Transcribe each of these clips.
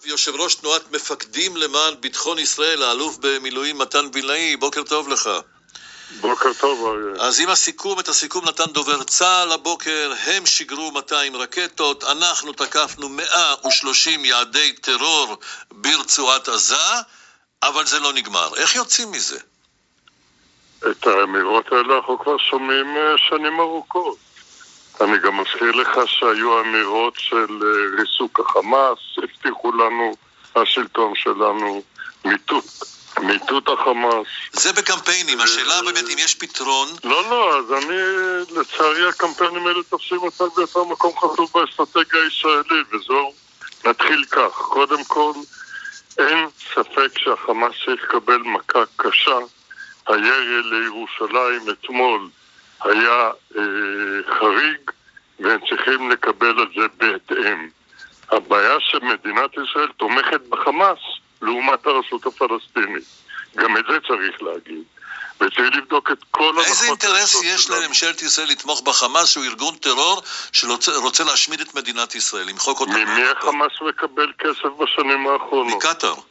יושב ראש תנועת מפקדים למען ביטחון ישראל, האלוף במילואים מתן וילנאי, בוקר טוב לך. בוקר טוב, אריה. אז עם את הסיכום נתן דובר צה"ל הבוקר, הם שיגרו 200 רקטות, אנחנו תקפנו 130 יעדי טרור ברצועת עזה, אבל זה לא נגמר. איך יוצאים מזה? את האמירות האלה אנחנו כבר שומעים שנים ארוכות. אני גם מזכיר לך שהיו אמירות של ריסוק החמאס, הבטיחו לנו השלטון שלנו מיטוט החמאס. זה בקמפיינים, השאלה באמת אם יש פתרון. לא, אז לצערי הקמפיינים האלה תופסים אותם באותו מקום חשוב באסטרטגיה הישראלית, וזהו, נתחיל כך. קודם כל, אין ספק שהחמאס צריך לקבל מכה קשה. הירי לירושלים אתמול היה חריג, והם צריכים לקבל את זה בהתאם. הבעיה שמדינת ישראל תומכת בחמאס לעומת הרשות הפלסטינית. גם את זה צריך להגיד. וצריך לבדוק את כל הנחות... איזה אינטרס יש לממשלת ישראל לתמוך בחמאס, שהוא ארגון טרור שרוצה להשמיד את מדינת ישראל, למחוק אותה? ממי החמאס מקבל כסף בשנים האחרונות?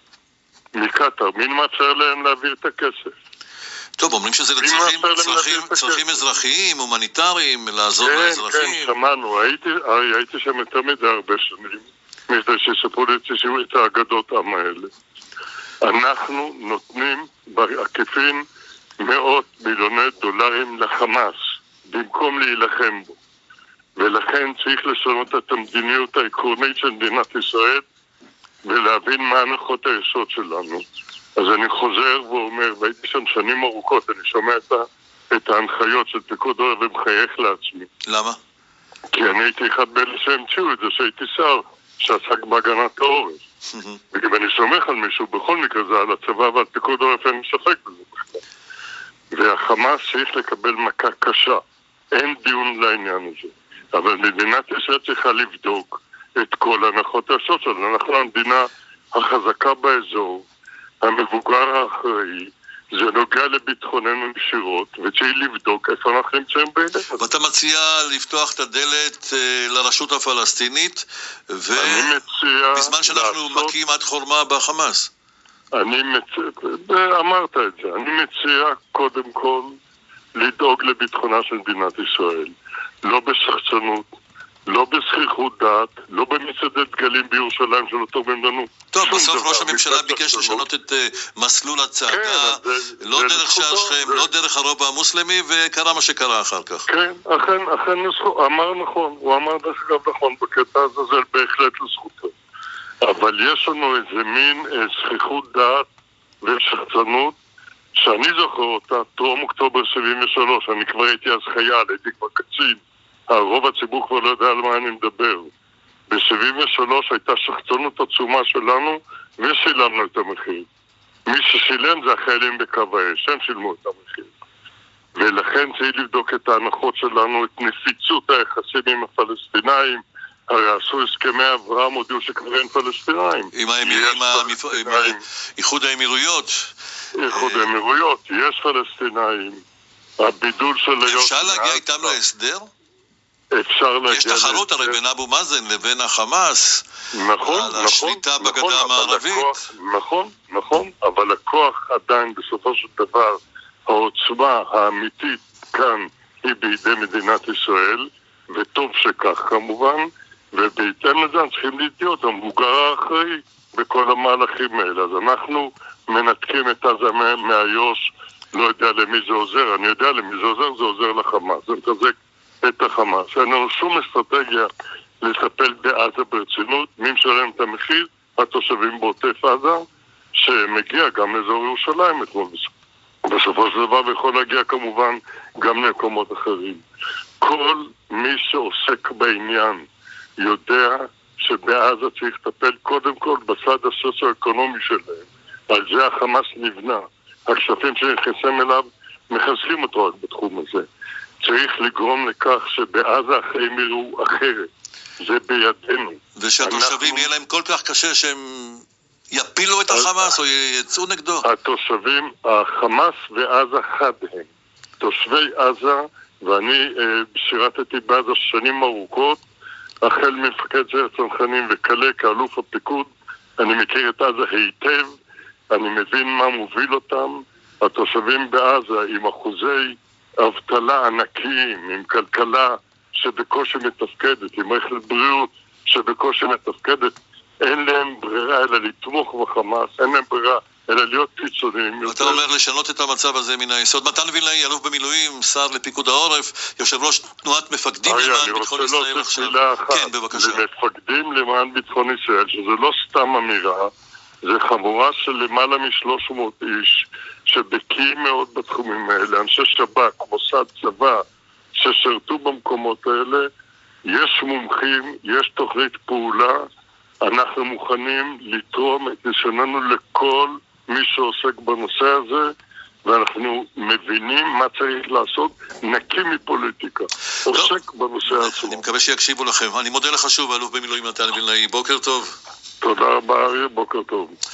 מקטר. מי מאפשר להם להעביר את הכסף? טוב, אומרים שזה לצרכים אזרחיים, הומניטריים, לעזור לאזרחים. כן, שמענו. הייתי שם יותר מדי הרבה שנים, מפני שספרו לי את האגדות עם האלה. אנחנו נותנים בעקיפין מאות מיליוני דולרים לחמאס, במקום להילחם בו. ולכן צריך לשנות את המדיניות העקרונית של מדינת ישראל, ולהבין מה הנחות היסוד שלנו. אז אני חוזר ואומר, והייתי שם שנים ארוכות, אני שומע את ההנחיות של פיקוד העורף ומחייך לעצמי. למה? כי אני הייתי אחד באלה שהמציאו את זה, שהייתי שר שעסק בהגנת העורף. ואם אני סומך על מישהו, בכל מקרה זה על הצבא ועל פיקוד העורף, אני משחק בזה בכלל. והחמאס צריך לקבל מכה קשה. אין דיון לעניין הזה. אבל מדינת ישראל צריכה לבדוק את כל הנחות היסוד שלנו. אנחנו המדינה החזקה באזור, המבוגר האחראי, זה נוגע לביטחוננו ישירות, וצריך לבדוק איפה אנחנו נמצאים בעניין. ואתה מציע לפתוח את הדלת לרשות הפלסטינית, ובזמן שאנחנו מכים עד חורמה בחמאס. אמרת את זה, אני מציע קודם כל לדאוג לביטחונה של מדינת ישראל, לא בשחצנות, לא בזחיחות דעת, לא במצעדי דגלים בירושלים שלא תורמים לנו. טוב, בסוף ראש הממשלה ביקש לשנות את מסלול הצעדה, לא דרך שער שכם, לא דרך הרובע המוסלמי, וקרה מה שקרה אחר כך. כן, אכן אמר נכון, הוא אמר דרך אגב נכון, בקטע הזה זה בהחלט לזכותו. אבל יש לנו איזה מין זחיחות דעת ושחצנות, שאני זוכר אותה, טרום אוקטובר 73, אני כבר הייתי אז חייל, הייתי כבר קצין, הרוב הציבור כבר לא יודע על מה אני מדבר. ב-73 הייתה שחצנות עצומה שלנו, ושילמנו את המחיר. מי ששילם זה החיילים בקו האש, הם שילמו את המחיר. ולכן צריך לבדוק את ההנחות שלנו, את נפיצות היחסים עם הפלסטינאים, הרי עשו הסכמי אברהם, הודיעו שכבר אין פלסטינאים. עם איחוד האמירויות. איחוד האמירויות, יש פלסטינאים. הבידול של... אפשר להגיע איתם להסדר? אפשר להגיע... יש תחרות הרי בין אבו מאזן לבין החמאס. נכון, על השליטה בגדה המערבית. נכון, אבל הכוח עדיין בסופו של דבר, העוצמה האמיתית כאן היא בידי מדינת ישראל, וטוב שכך כמובן, ובהתאם לזה צריכים להיות המבוגר האחראי בכל המהלכים האלה. אז אנחנו מנתקים את עזה מהיוש, לא יודע למי זה עוזר, אני יודע למי זה עוזר, זה עוזר לחמאס, זה מתחזק את החמאס. אין לנו שום אסטרטגיה לטפל בעזה ברצינות, מי משלם את המחיר? התושבים בעוטף עזה, שמגיע גם לאזור ירושלים אתמול בסופו של דבר, ויכול להגיע כמובן גם למקומות אחרים. כל מי שעוסק בעניין יודע שבעזה צריך לטפל קודם כל בצד הסוציו-אקונומי שלהם. על זה החמאס נבנה. הכספים שנכנסים אליו מחזקים אותו רק בתחום הזה. צריך לגרום לכך שבעזה החיים יראו אחרת. זה בידינו. ושהתושבים יהיה להם כל כך קשה שהם יפילו את החמאס או יצאו נגדו? התושבים, החמאס ועזה חד הם. תושבי עזה, ואני שירתתי בעזה שנים ארוכות, החל מפקד סיירת צנחנים וכלה כאלוף הפיקוד, אני מכיר את עזה היטב, אני מבין מה מוביל אותם. התושבים בעזה עם אחוזי אבטלה ענקיים, עם כלכלה שבקושי מתפקדת, עם מערכת בריאות שבקושי מתפקדת, אין להם ברירה אלא לתמוך בחמאס, אין להם ברירה אלא להיות קיצוניים. אתה אומר לשנות את המצב הזה מן היסוד. מתן וילנאי, אלוף במילואים, שר לפיקוד העורף, יושב ראש תנועת מפקדים למען ביטחון ישראל עכשיו. אני רוצה להוסיף מילה אחת. כן, בבקשה. למפקדים למען ביטחון ישראל, שזה לא סתם אמירה, זה חבורה של למעלה מ-300 איש שבקיאים מאוד בתחומים האלה, אנשי שב"כ, מוסד, צבא, ששרתו במקומות האלה. יש מומחים, יש תוכנית פעולה, אנחנו מוכנים לתרום את ניסיוננו לכל מי שעוסק בנושא הזה, ואנחנו מבינים מה צריך לעשות, נקי מפוליטיקה, עוסק בנושא עצמו. אני מקווה שיקשיבו לכם. אני מודה לך שוב, אלוף במילואים מתן וילנאי. בוקר טוב. תודה רבה, אריה, בוקר טוב.